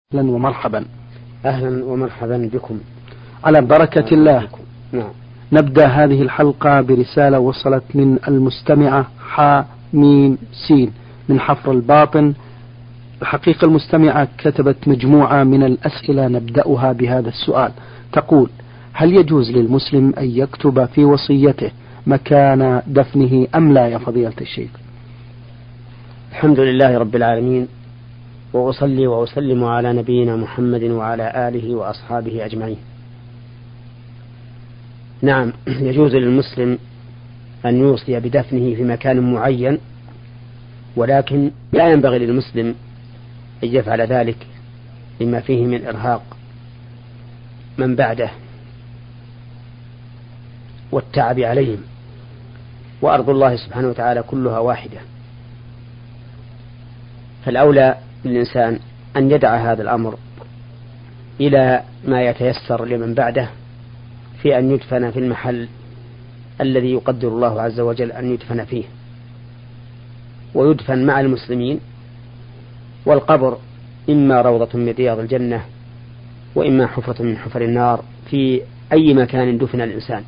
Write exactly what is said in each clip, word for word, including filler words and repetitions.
أهلا ومرحبا. أهلا ومرحبا بكم على بركة الله. نعم. نبدأ هذه الحلقة برسالة وصلت من المستمعة ح ميم سين من حفر الباطن. الحقيقة المستمعة كتبت مجموعة من الأسئلة نبدأها بهذا السؤال. تقول: هل يجوز للمسلم أن يكتب في وصيته مكان دفنه أم لا يا فضيلة الشيخ؟ الحمد لله رب العالمين، وأصلي وأسلم على نبينا محمد وعلى آله وأصحابه أجمعين. نعم، يجوز للمسلم أن يوصي بدفنه في مكان معين، ولكن لا ينبغي للمسلم أن يفعل ذلك لما فيه من إرهاق من بعده والتعب عليهم، وأرض الله سبحانه وتعالى كلها واحدة. فالأولى للإنسان أن يدع هذا الأمر إلى ما يتيسر لمن بعده في أن يدفن في المحل الذي يقدر الله عز وجل أن يدفن فيه، ويدفن مع المسلمين. والقبر إما روضة من رياض الجنة وإما حفرة من حفر النار في أي مكان دفن الإنسان.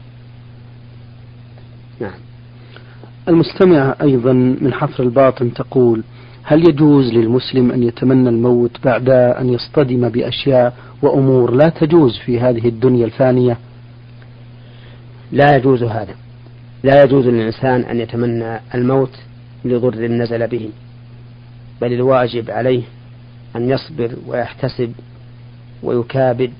نعم. المستمعة أيضا من حفر الباطن تقول: هل يجوز للمسلم أن يتمنى الموت بعد أن يصطدم بأشياء وأمور لا تجوز في هذه الدنيا الفانية؟ لا يجوز هذا، لا يجوز للإنسان أن يتمنى الموت لضر نزل به، بل الواجب عليه أن يصبر ويحتسب ويكابد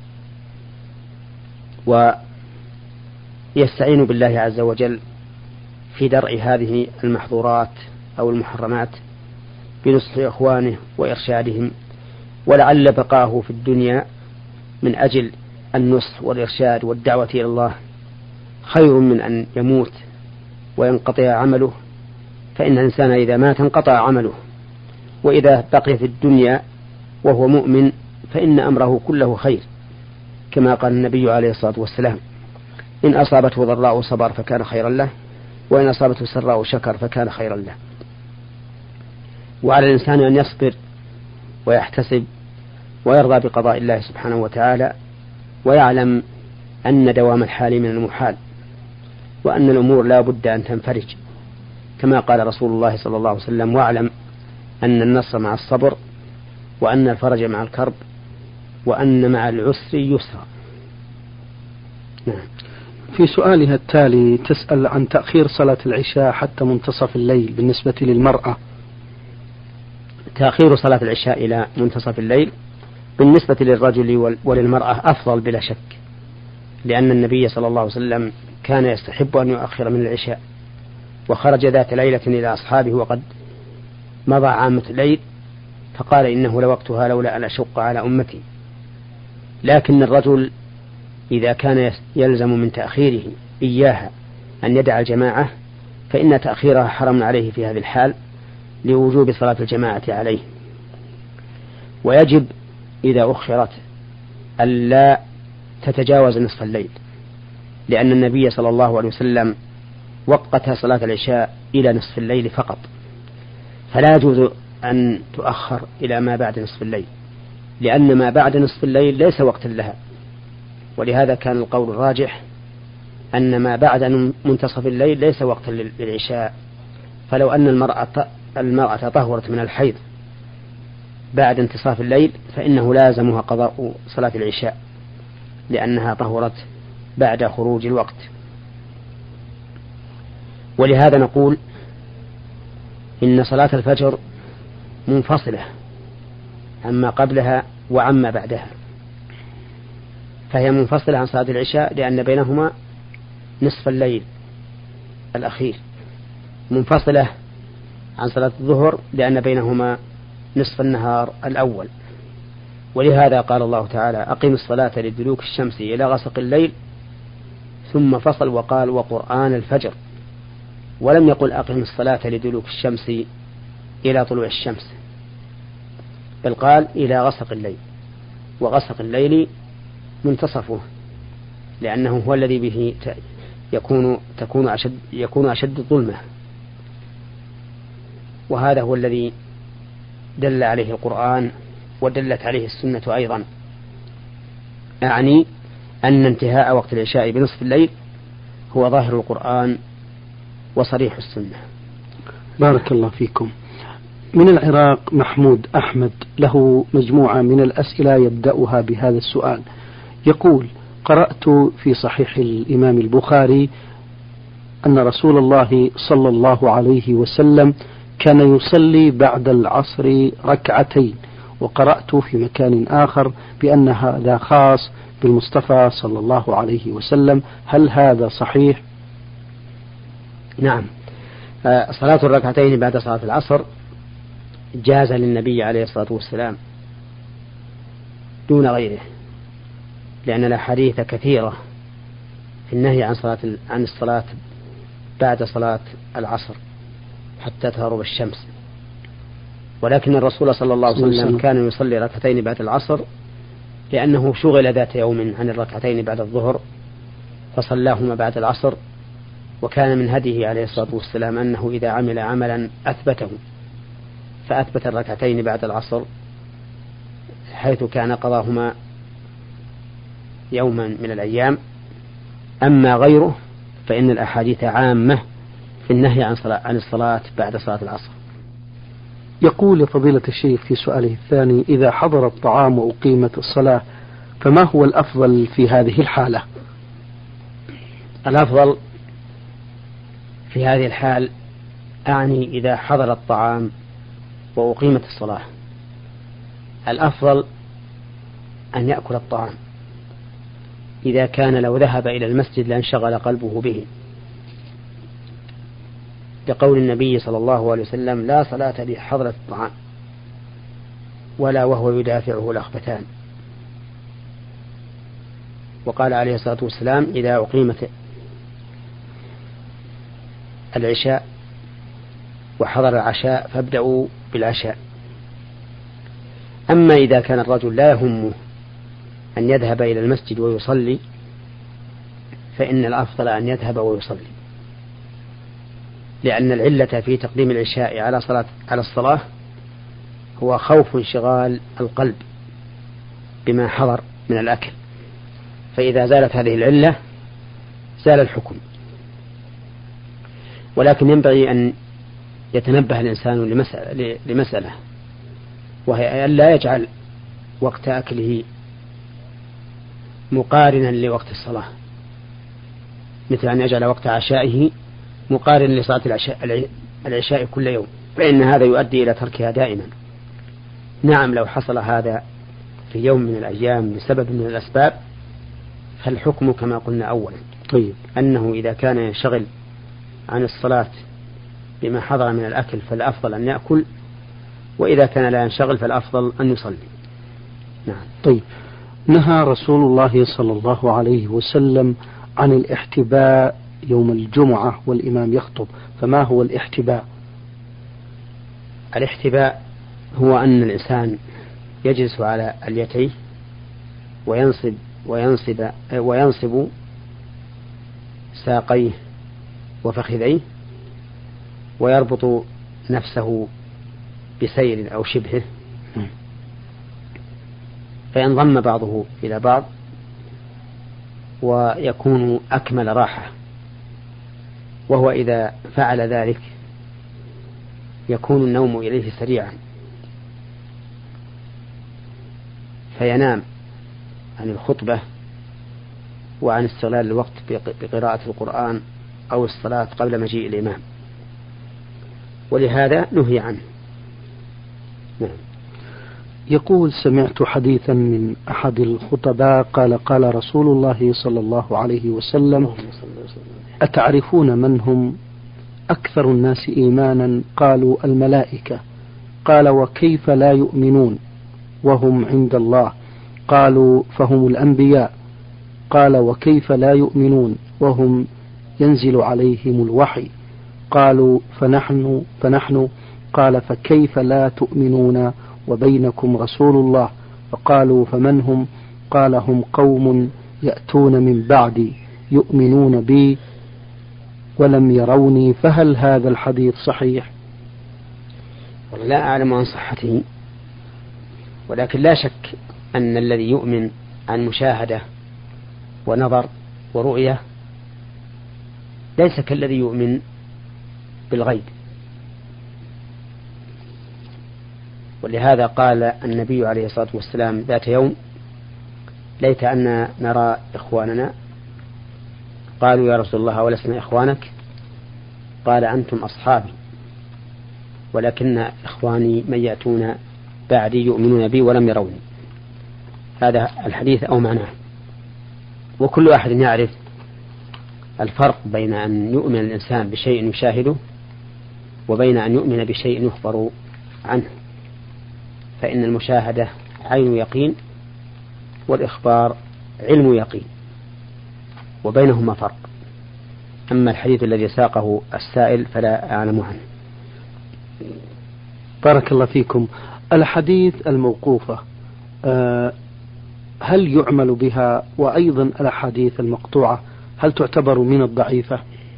ويستعين بالله عز وجل في درء هذه المحظورات أو المحرمات بنصح إخوانه وإرشادهم، ولعل بقاه في الدنيا من أجل النصح والإرشاد والدعوة إلى الله خير من أن يموت وينقطع عمله، فإن الإنسان إذا مات انقطع عمله، وإذا بقي في الدنيا وهو مؤمن فإن أمره كله خير، كما قال النبي عليه الصلاة والسلام: إن أصابته ضراء صبر فكان خيرا له، وإن أصابته سراء شكر فكان خيرا له. وعلى الإنسان أن يصبر ويحتسب ويرضى بقضاء الله سبحانه وتعالى، ويعلم أن دوام الحال من المحال، وأن الأمور لا بد أن تنفرج، كما قال رسول الله صلى الله عليه وسلم: واعلم أن النصر مع الصبر، وأن الفرج مع الكرب، وأن مع العسر يسرا. نعم. في سؤالها التالي تسأل عن تأخير صلاة العشاء حتى منتصف الليل بالنسبة للمرأة. تأخير صلاة العشاء إلى منتصف الليل بالنسبة للرجل وللمرأة أفضل بلا شك، لأن النبي صلى الله عليه وسلم كان يستحب أن يؤخر من العشاء، وخرج ذات ليلة إلى أصحابه وقد مضى عامة الليل، فقال: إنه لوقتها لولا أن أشق على أمتي. لكن الرجل إذا كان يلزم من تأخيره إياها أن يدع الجماعة، فإن تأخيرها حرم عليه في هذه الحال لوجوب صلاة الجماعة عليه. ويجب إذا أخرت ألا تتجاوز نصف الليل، لأن النبي صلى الله عليه وسلم وقت صلاة العشاء إلى نصف الليل فقط، فلا يجوز أن تؤخر إلى ما بعد نصف الليل، لأن ما بعد نصف الليل ليس وقتا لها. ولهذا كان القول الراجح أن ما بعد منتصف الليل ليس وقتا للعشاء. فلو أن المرأة المرأة طهرت من الحيض بعد انتصاف الليل فإنه لازمها قضاء صلاة العشاء، لأنها طهرت بعد خروج الوقت. ولهذا نقول إن صلاة الفجر منفصلة عما قبلها وعما بعدها، فهي منفصلة عن صلاة العشاء لأن بينهما نصف الليل الأخير، منفصلة عن صلاة الظهر لأن بينهما نصف النهار الأول. ولهذا قال الله تعالى: أقم الصلاة لدلوك الشمس إلى غسق الليل، ثم فصل وقال: وقرآن الفجر، ولم يقل أقم الصلاة لدلوك الشمس إلى طلوع الشمس، بل قال إلى غسق الليل، وغسق الليل منتصفه، لأنه هو الذي به يكون تكون أشد يكون أشد الظلمة، وهذا هو الذي دل عليه القرآن ودلت عليه السنة أيضا، أعني أن انتهاء وقت العشاء بنصف الليل هو ظاهر القرآن وصريح السنة. بارك الله فيكم. من العراق محمود أحمد له مجموعة من الأسئلة يبدأها بهذا السؤال، يقول: قرأت في صحيح الإمام البخاري أن رسول الله صلى الله عليه وسلم كان يصلي بعد العصر ركعتين، وقرأت في مكان آخر بأن هذا خاص بالمصطفى صلى الله عليه وسلم، هل هذا صحيح؟ نعم، صلاة الركعتين بعد صلاة العصر جاز للنبي عليه الصلاة والسلام دون غيره، لأن الأحاديث كثيرة في النهي عن صلاة عن الصلاة بعد صلاة العصر حتى تغرب الشمس، ولكن الرسول صلى الله عليه وسلم كان يصلي ركعتين بعد العصر لأنه شغل ذات يوم عن الركعتين بعد الظهر فصلاهما بعد العصر، وكان من هديه عليه الصلاة والسلام أنه إذا عمل عملا أثبته فأثبت الركعتين بعد العصر حيث كان قضاهما يوما من الأيام. أما غيره فإن الأحاديث عامة في النهي عن, عن الصلاة بعد صلاة العصر. يقول فضيلة الشيخ في سؤاله الثاني: إذا حضر الطعام وأقيمت الصلاة فما هو الأفضل في هذه الحالة؟ الأفضل في هذه الحال، أعني إذا حضر الطعام وأقيمت الصلاة، الأفضل أن يأكل الطعام، إذا كان لو ذهب إلى المسجد لانشغل قلبه به، لقول النبي صلى الله عليه وسلم: لا صلاة بحضرة الطعام ولا وهو يدافعه الأخبثان. وقال عليه الصلاة والسلام: إذا أقيمت العشاء وحضر العشاء فابدأوا بالعشاء. أما إذا كان الرجل لا يهمه أن يذهب إلى المسجد ويصلي فإن الأفضل أن يذهب ويصلي، لأن العلة في تقديم العشاء على صلاة على الصلاة هو خوف انشغال القلب بما حضر من الأكل، فإذا زالت هذه العلة زال الحكم. ولكن ينبغي أن يتنبه الإنسان لمسألة, لمسألة وهي أن لا يجعل وقت أكله مقارنا لوقت الصلاة، مثل أن يجعل وقت عشائه مقارن لصلاة العشاء, العشاء كل يوم، فإن هذا يؤدي إلى تركها دائما. نعم، لو حصل هذا في يوم من الأيام لسبب من الأسباب فالحكم كما قلنا أولا، طيب، أنه إذا كان ينشغل عن الصلاة بما حضر من الأكل فالأفضل أن يأكل، وإذا كان لا ينشغل فالأفضل أن يصلي. نعم. طيب، نهى رسول الله صلى الله عليه وسلم عن الاحتباء يوم الجمعة والإمام يخطب، فما هو الاحتباء؟ الاحتباء هو أن الإنسان يجلس على اليتيه وينصب وينصب وينصب ساقيه وفخذيه ويربط نفسه بسير أو شبهه، فينضم بعضه إلى بعض ويكون أكمل راحة. وهو إذا فعل ذلك يكون النوم إليه سريعا فينام عن الخطبة وعن استغلال الوقت بقراءة القرآن أو الصلاة قبل مجيء الإمام، ولهذا نهي عنه. نعم. يقول: سمعت حديثا من أحد الخطباء قال: قال رسول الله صلى الله عليه وسلم: أتعرفون من هم أكثر الناس إيمانا؟ قالوا: الملائكة. قال: وكيف لا يؤمنون وهم عند الله؟ قالوا: فهم الأنبياء. قال: وكيف لا يؤمنون وهم ينزل عليهم الوحي؟ قالوا: فنحن فنحن قال: فكيف لا تؤمنون وبينكم رسول الله؟ فقالوا: فمن هم؟ قال: هم قوم يأتون من بعدي يؤمنون بي ولم يروني. فهل هذا الحديث صحيح؟ لا أعلم عن صحته، ولكن لا شك أن الذي يؤمن عن مشاهدة ونظر ورؤية ليس كالذي يؤمن بالغيب. ولهذا قال النبي عليه الصلاة والسلام ذات يوم: ليت أن نرى إخواننا. قالوا: يا رسول الله ولسنا إخوانك؟ قال: أنتم أصحابي، ولكن إخواني من يأتون بعدي يؤمنون بي ولم يروني. هذا الحديث أو معناه. وكل أحد يعرف الفرق بين أن يؤمن الإنسان بشيء يشاهده وبين أن يؤمن بشيء يخبر عنه، فإن المشاهدة عين يقين والإخبار علم يقين، وبينهما فرق. أما الحديث الذي ساقه السائل فلا أعلم عنه. بارك الله فيكم. الحديث الموقوفة هل يعمل بها؟ وأيضا الأحاديث المقطوعة هل تعتبر من الضعيفة؟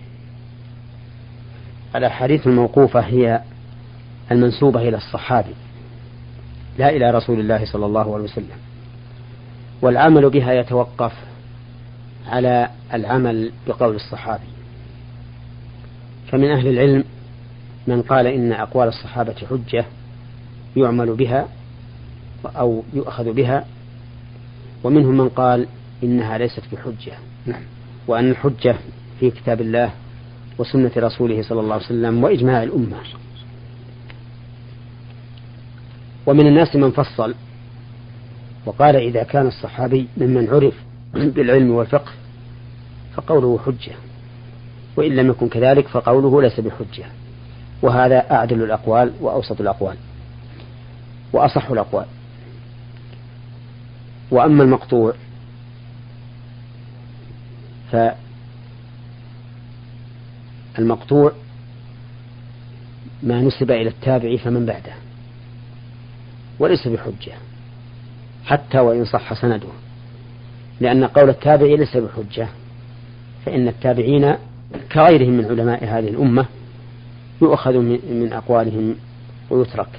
الأحاديث الموقوفة هي المنسوبة إلى الصحابي لا إلى رسول الله صلى الله عليه وسلم، والعمل بها يتوقف على العمل بقول الصحابي. فمن أهل العلم من قال إن أقوال الصحابة حجة يعمل بها أو يؤخذ بها، ومنهم من قال إنها ليست بحجة، وأن الحجة في كتاب الله وسنة رسوله صلى الله عليه وسلم وإجماع الأمة. ومن الناس من فصل وقال إذا كان الصحابي ممن عرف بالعلم والفقه فقوله حجة، وإن لم يكن كذلك فقوله ليس بحجة. وهذا أعدل الأقوال وأوسط الأقوال وأصح الأقوال. وأما المقطوع فالمقطوع ما نسب إلى التابع فمن بعده، وليس بحجة حتى وإن صح سنده، لأن قول التابع ليس بحجة، فإن التابعين كغيرهم من علماء هذه الأمة يؤخذ من أقوالهم ويترك.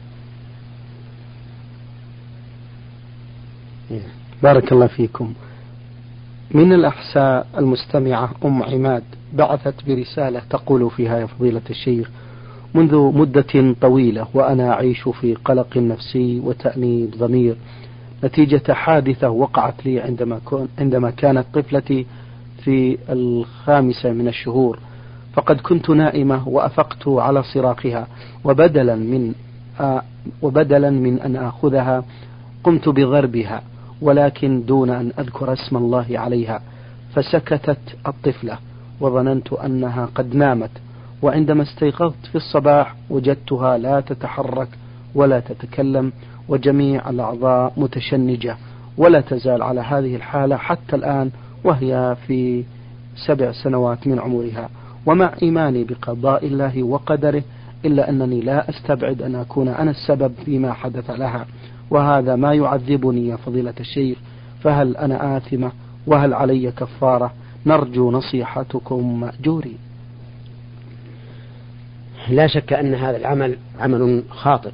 بارك الله فيكم. من الأحساء المستمعة أم عماد بعثت برسالة تقول فيها: يا فضيلة الشيخ، منذ مدة طويلة وأنا أعيش في قلق نفسي وتأنيب ضمير نتيجة حادثة وقعت لي عندما عندما كانت طفلتي في الخامسة من الشهور، فقد كنت نائمة وأفقت على صراخها، وبدلا من آ وبدلا من أن آخذها قمت بضربها، ولكن دون أن أذكر اسم الله عليها، فسكتت الطفلة وظننت أنها قد نامت، وعندما استيقظت في الصباح وجدتها لا تتحرك ولا تتكلم، وجميع الأعضاء متشنجة، ولا تزال على هذه الحالة حتى الآن وهي في سبع سنوات من عمرها. ومع إيماني بقضاء الله وقدره إلا أنني لا أستبعد أن أكون أنا السبب فيما حدث لها، وهذا ما يعذبني يا فضيلة الشيخ، فهل أنا آثمة وهل علي كفارة؟ نرجو نصيحتكم مأجورين. لا شك أن هذا العمل عمل خاطئ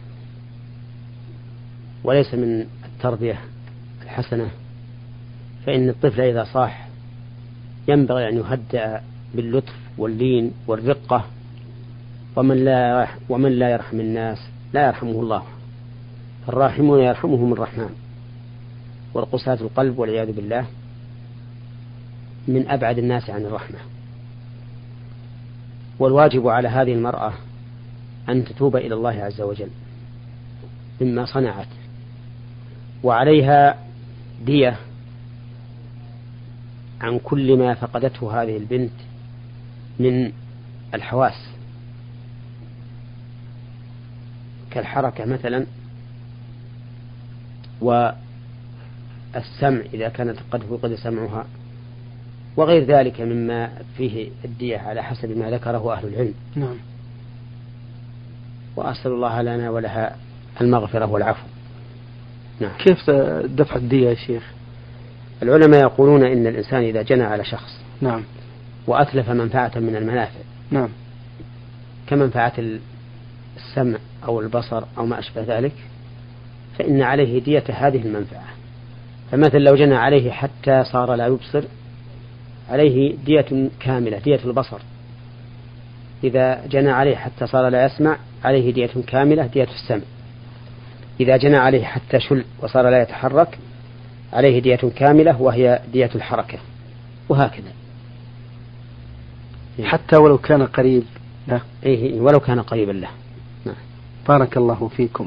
وليس من التربية الحسنة، فإن الطفل إذا صاح ينبغي أن يهدأ باللطف واللين والرقة، ومن لا ومن لا يرحم الناس لا يرحمه الله، الراحمون يرحمهم الرحمن، والقساة القلب والعياذ بالله من أبعد الناس عن الرحمة. والواجب على هذه المرأة أن تتوب إلى الله عز وجل مما صنعت، وعليها دية عن كل ما فقدته هذه البنت من الحواس كالحركة مثلا، والسمع إذا كانت قد فقد سمعها، وغير ذلك مما فيه الدية على حسب ما ذكره أهل العلم. نعم. وأسأل الله لنا ولها المغفرة والعفو. نعم. كيف دفع الدية يا شيخ؟ العلماء يقولون إن الإنسان إذا جنى على شخص نعم وأتلف منفعة من المنافع نعم كمنفعة السمع أو البصر أو ما أشبه ذلك، فإن عليه دية هذه المنفعة. فمثلا لو جنى عليه حتى صار لا يبصر عليه دية كاملة، دية البصر. إذا جنى عليه حتى صار لا يسمع عليه دية كاملة، دية السمع. إذا جنى عليه حتى شل وصار لا يتحرك عليه دية كاملة وهي دية الحركة، وهكذا حتى ولو كان قريب له. إيه ولو كان قريبا له. نعم. بارك الله فيكم.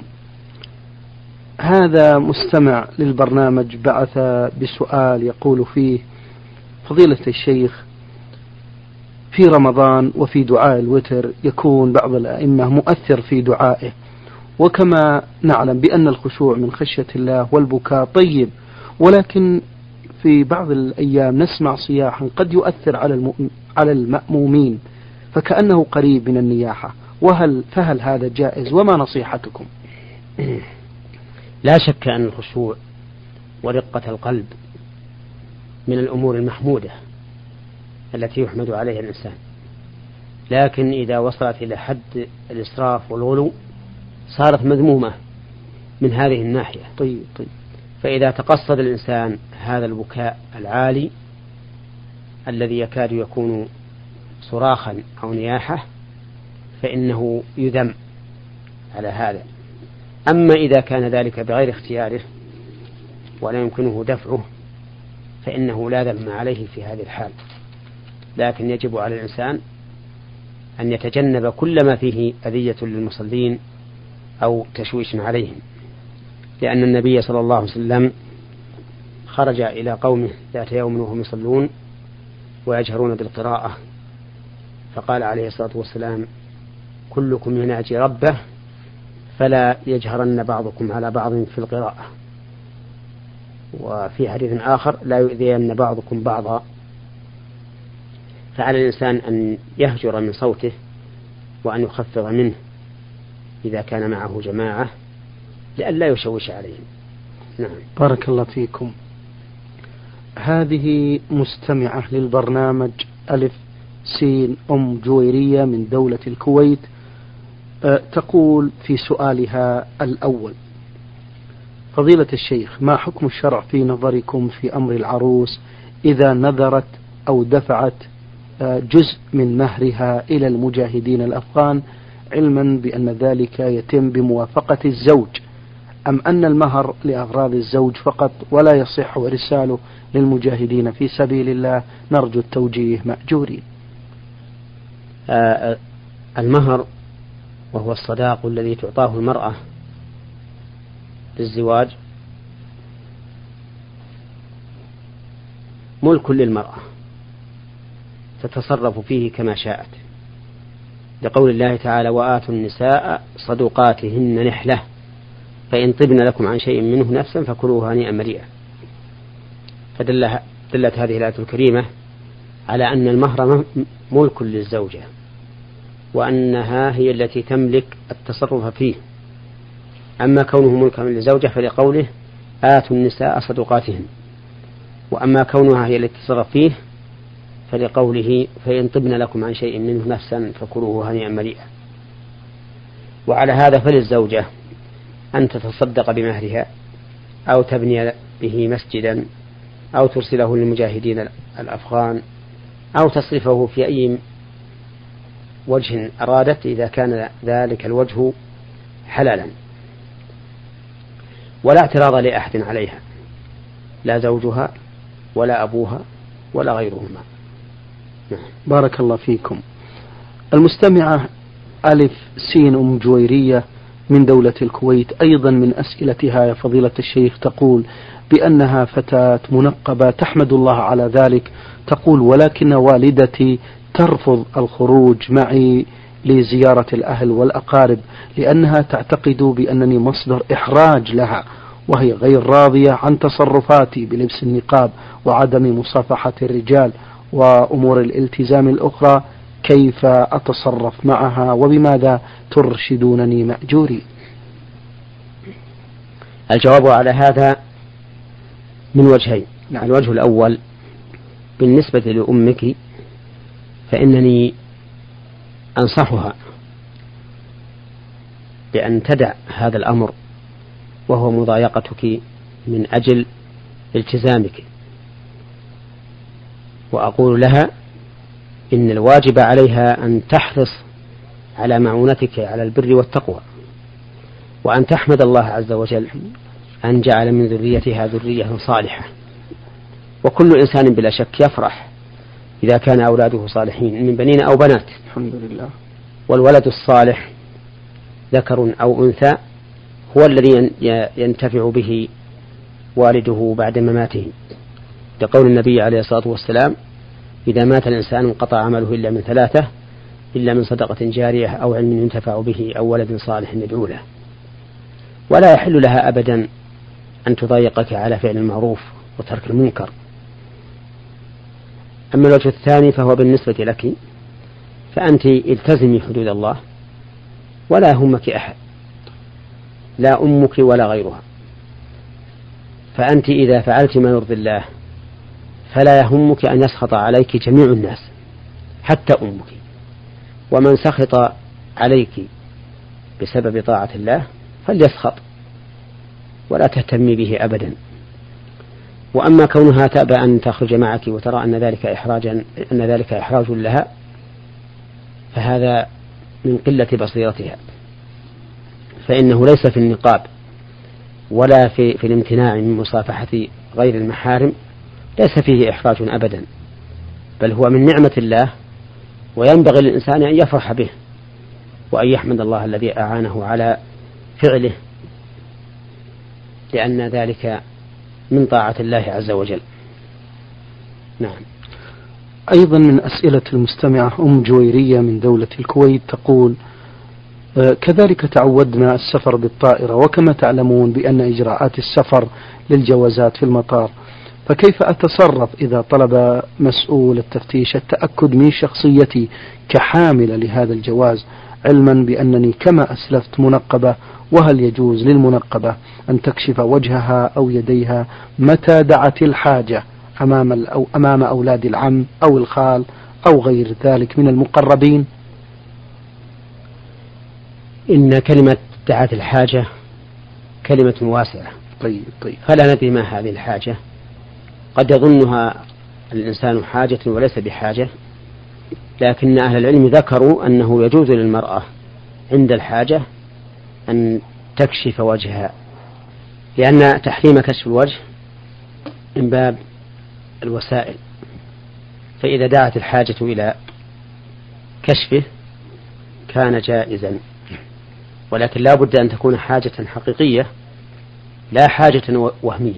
هذا مستمع للبرنامج بعث بسؤال يقول فيه: فضيلة الشيخ، في رمضان وفي دعاء الوتر يكون بعض الأئمة مؤثر في دعائه، وكما نعلم بأن الخشوع من خشية الله والبكاء طيب، ولكن في بعض الأيام نسمع صياحا قد يؤثر على على المأمومين فكأنه قريب من النياحة، وهل فهل هذا جائز، وما نصيحتكم؟ لا شك أن الخشوع ورقة القلب من الأمور المحمودة التي يحمد عليها الإنسان، لكن إذا وصلت إلى حد الإسراف والغلو صارت مذمومة من هذه الناحية. طيب طيب. فإذا تقصد الإنسان هذا البكاء العالي الذي يكاد يكون صراخا أو نياحة فإنه يذم على هذا. أما إذا كان ذلك بغير اختياره ولا يمكنه دفعه فإنه لا ذم عليه في هذه الحال، لكن يجب على الإنسان أن يتجنب كل ما فيه أذية للمصلين أو تشويش عليهم، لأن النبي صلى الله عليه وسلم خرج إلى قومه ذات يوم وهم يصلون ويجهرون بالقراءة، فقال عليه الصلاة والسلام: كلكم يناجي ربه فلا يجهرن بعضكم على بعض في القراءة. وفي حديث آخر: لا يؤذين بعضكم بعضا. فعلى الإنسان أن يهجر من صوته وأن يخفض منه إذا كان معه جماعة لئلا يشوش عليهم. نعم. بارك الله فيكم. هذه مستمعة للبرنامج ألف سين أم جويرية من دولة الكويت، أه تقول في سؤالها الأول: فضيلة الشيخ، ما حكم الشرع في نظركم في أمر العروس إذا نذرت أو دفعت جزء من مهرها إلى المجاهدين الأفغان، علما بأن ذلك يتم بموافقة الزوج، أم أن المهر لأغراض الزوج فقط ولا يصح إرساله للمجاهدين في سبيل الله؟ نرجو التوجيه مأجورين. آه المهر وهو الصداق الذي تعطاه المرأة للزواج ملك للمرأة تتصرف فيه كما شاءت، لقول الله تعالى: وآتوا النساء صدقاتهن نحلة فإن طبن لكم عن شيء منه نفسا فكلوه هنيئا مريئا. فدلت هذه الآية الكريمة على أن المهر ملك للزوجة، وأنها هي التي تملك التصرف فيه. أما كونه ملكا للزوجة فلقوله: آتوا النساء صدقاتهن، وأما كونها هي التي تتصرف فيه فلقوله: فإن طبن لكم عن شيء منه نفسا فكلوه هنيئا مريئا. وعلى هذا فللزوجة أن تتصدق بمهرها أو تبني به مسجدا أو ترسله للمجاهدين الأفغان أو تصرفه في أي وجه أرادت إذا كان ذلك الوجه حلالا، ولا اعتراض لأحد عليها، لا زوجها ولا أبوها ولا غيرهما. بارك الله فيكم. المستمعة ألف سين أم جويرية من دولة الكويت أيضا من أسئلتها يا فضيلة الشيخ تقول بأنها فتاة منقبة تحمد الله على ذلك. تقول: ولكن والدتي ترفض الخروج معي لزيارة الأهل والأقارب لأنها تعتقد بأنني مصدر إحراج لها، وهي غير راضية عن تصرفاتي بلبس النقاب وعدم مصافحة الرجال وأمور الالتزام الأخرى. كيف أتصرف معها وبماذا ترشدونني مأجوري؟ الجواب على هذا من وجهين. نعم. الوجه الأول: بالنسبة لأمك فإنني أنصحها بأن تدع هذا الأمر وهو مضايقتك من أجل التزامك. وأقول لها إن الواجب عليها أن تحرص على معونتك على البر والتقوى، وأن تحمد الله عز وجل أن جعل من ذريتها ذرية صالحة. وكل إنسان بلا شك يفرح إذا كان أولاده صالحين من بنين أو بنات، الحمد لله. والولد الصالح ذكر أو أنثى هو الذي ينتفع به والده بعد مماته، لقول النبي عليه الصلاة والسلام: إذا مات الإنسان انقطع عمله إلا من ثلاثة، إلا من صدقة جارية أو علم ينتفع به أو ولد صالح يدعو له. ولا يحل لها أبدا أن تضايقك على فعل المعروف وترك المنكر. أما الوجه الثاني فهو بالنسبة لك، فأنت التزمي حدود الله ولا يهمك أحد، لا أمك ولا غيرها. فأنت إذا فعلت ما يرضي الله فلا يهمك أن يسخط عليك جميع الناس حتى أمك، ومن سخط عليك بسبب طاعة الله فليسخط ولا تهتمي به أبدا. وأما كونها تأبى أن تخرج معك وترى أن ذلك إحراجا أن ذلك إحراج لها فهذا من قلة بصيرتها، فإنه ليس في النقاب ولا في, في الامتناع من مصافحة غير المحارم ليس فيه إحراج أبدا، بل هو من نعمة الله، وينبغي للإنسان أن يفرح به وأن يحمد الله الذي أعانه على فعله، لأن ذلك من طاعة الله عز وجل. نعم. أيضا من أسئلة المستمعة أم جويرية من دولة الكويت تقول: كذلك تعودنا السفر بالطائرة، وكما تعلمون بأن إجراءات السفر للجوازات في المطار، فكيف أتصرف إذا طلب مسؤول التفتيش التأكد من شخصيتي كحاملة لهذا الجواز، علما بأنني كما أسلفت منقبة، وهل يجوز للمنقبة أن تكشف وجهها أو يديها متى دعت الحاجة أمام أو أمام أولاد العم أو الخال أو غير ذلك من المقربين؟ إن كلمة دعت الحاجة كلمة واسعة. طيب طيب. فلا ندري ما هذه الحاجة، قد يظنها الإنسان حاجة وليس بحاجة، لكن أهل العلم ذكروا أنه يجوز للمرأة عند الحاجة أن تكشف وجهها، لأن تحريم كشف الوجه من باب الوسائل، فإذا دعت الحاجة إلى كشفه كان جائزا، ولكن لا بد أن تكون حاجة حقيقية لا حاجة وهمية.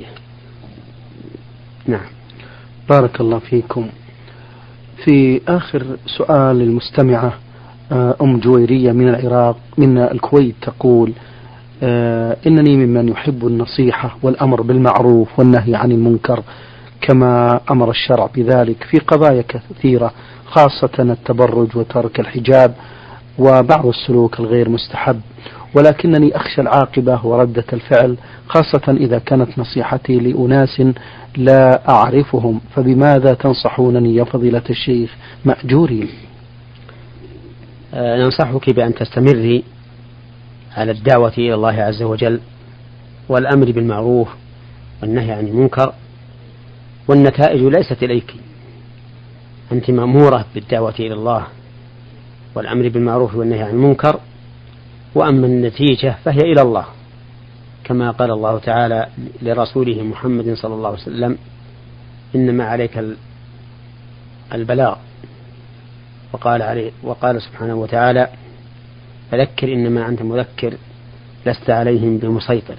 نعم. بارك الله فيكم. في آخر سؤال المستمعة أم جويرية من العراق من الكويت تقول: إنني ممن يحب النصيحة والأمر بالمعروف والنهي عن المنكر كما أمر الشرع بذلك في قضايا كثيرة، خاصة التبرج وترك الحجاب وبعض السلوك الغير مستحب، ولكنني أخشى العاقبة وردة الفعل، خاصة إذا كانت نصيحتي لأناس لا أعرفهم، فبماذا تنصحونني يا فضيلة الشيخ مأجورين؟ أه ننصحك بأن تستمري على الدعوة إلى الله عز وجل والأمر بالمعروف والنهي عن المنكر، والنتائج ليست إليك، أنت مأمورة بالدعوة إلى الله والأمر بالمعروف والنهي عن المنكر، وأما النتيجة فهي إلى الله، كما قال الله تعالى لرسوله محمد صلى الله عليه وسلم: إنما عليك البلاغ. وقال عليه وقال سبحانه وتعالى: فذكر إنما أنت مذكر لست عليهم بمسيطر.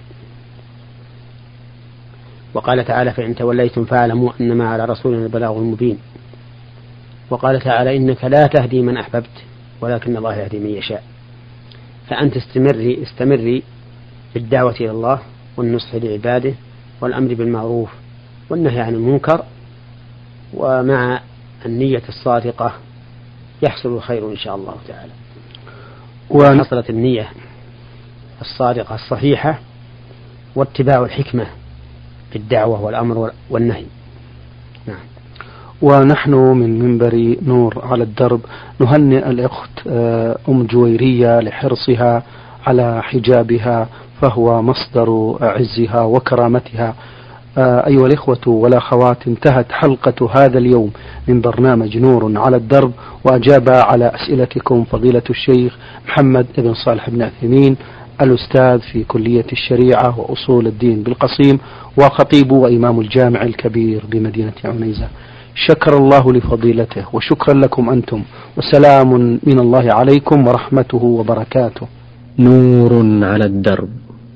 وقال تعالى: فإن توليتم فاعلموا أنما على رسولنا البلاغ المبين. وقال تعالى: إنك لا تهدي من أحببت ولكن الله يهدي من يشاء. فأنت استمري استمري بالدعوة إلى الله والنصح لعباده والأمر بالمعروف والنهي عن المنكر، ومع النية الصادقة يحصل الخير إن شاء الله تعالى. وحصلت النية الصادقة الصحيحة واتباع الحكمة في الدعوة والأمر والنهي. نعم. ونحن من منبر نور على الدرب نهنئ الأخت أم جويرية لحرصها على حجابها فهو مصدر عزها وكرامتها. أيها الإخوة والأخوات، انتهت حلقة هذا اليوم من برنامج نور على الدرب، وأجاب على أسئلتكم فضيلة الشيخ محمد بن صالح بن عثيمين، الأستاذ في كلية الشريعة وأصول الدين بالقصيم، وخطيب وإمام الجامع الكبير بمدينة عنيزة. شكر الله لفضيلته، وشكرا لكم أنتم، وسلام من الله عليكم ورحمته وبركاته. نور على الدرب،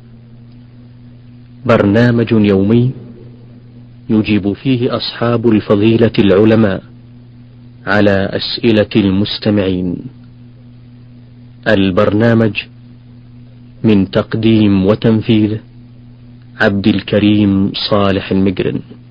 برنامج يومي يجيب فيه أصحاب الفضيلة العلماء على أسئلة المستمعين. البرنامج من تقديم وتنفيذ عبد الكريم صالح المقرن.